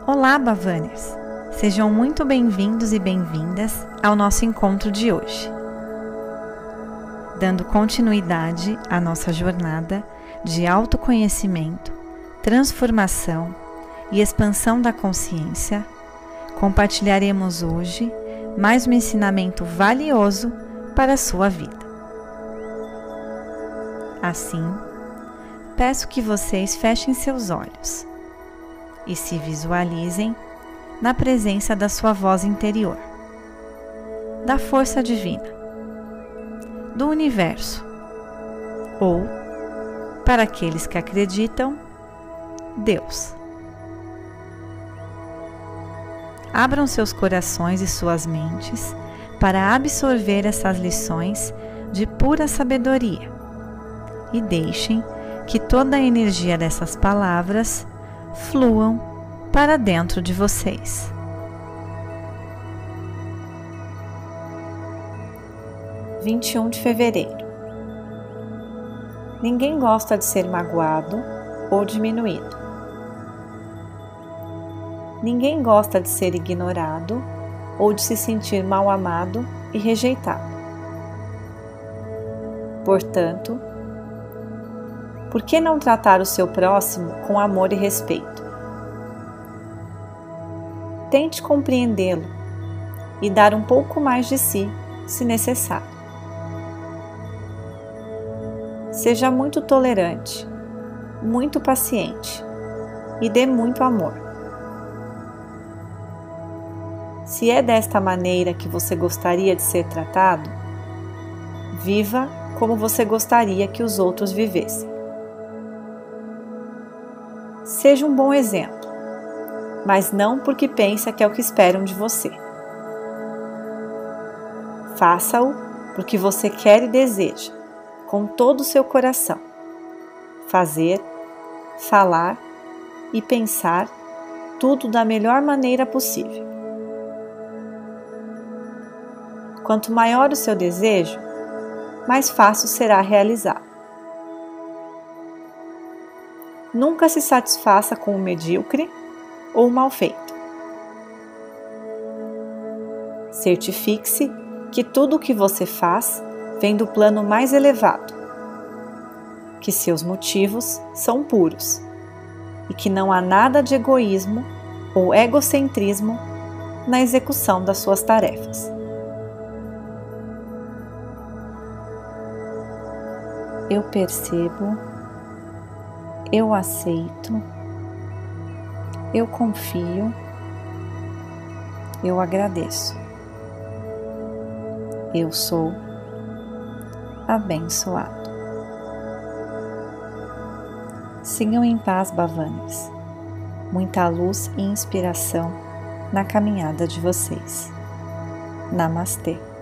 Olá, Bhavaners! Sejam muito bem-vindos e bem-vindas ao nosso encontro de hoje. Dando continuidade à nossa jornada de autoconhecimento, transformação e expansão da consciência, compartilharemos hoje mais um ensinamento valioso para a sua vida. Assim, peço que vocês fechem seus olhos e se visualizem na presença da sua voz interior, da força divina, do universo, ou, para aqueles que acreditam, Deus. Abram seus corações e suas mentes para absorver essas lições de pura sabedoria e deixem que toda a energia dessas palavras fluam para dentro de vocês. – 21 de fevereiro. Ninguém gosta de ser magoado ou diminuído. Ninguém gosta de ser ignorado ou de se sentir mal amado e rejeitado. Portanto, por que não tratar o seu próximo com amor e respeito? Tente compreendê-lo e dar um pouco mais de si, se necessário. Seja muito tolerante, muito paciente e dê muito amor. Se é desta maneira que você gostaria de ser tratado, viva como você gostaria que os outros vivessem. Seja um bom exemplo, mas não porque pensa que é o que esperam de você. Faça-o porque você quer e deseja, com todo o seu coração, fazer, falar e pensar tudo da melhor maneira possível. Quanto maior o seu desejo, mais fácil será realizá-lo. Nunca se satisfaça com o medíocre ou o mal feito. Certifique-se que tudo o que você faz vem do plano mais elevado, que seus motivos são puros e que não há nada de egoísmo ou egocentrismo na execução das suas tarefas. Eu percebo, eu aceito, eu confio, eu agradeço. Eu sou abençoado. Sigam em paz, Bhavaners. Muita luz e inspiração na caminhada de vocês. Namastê.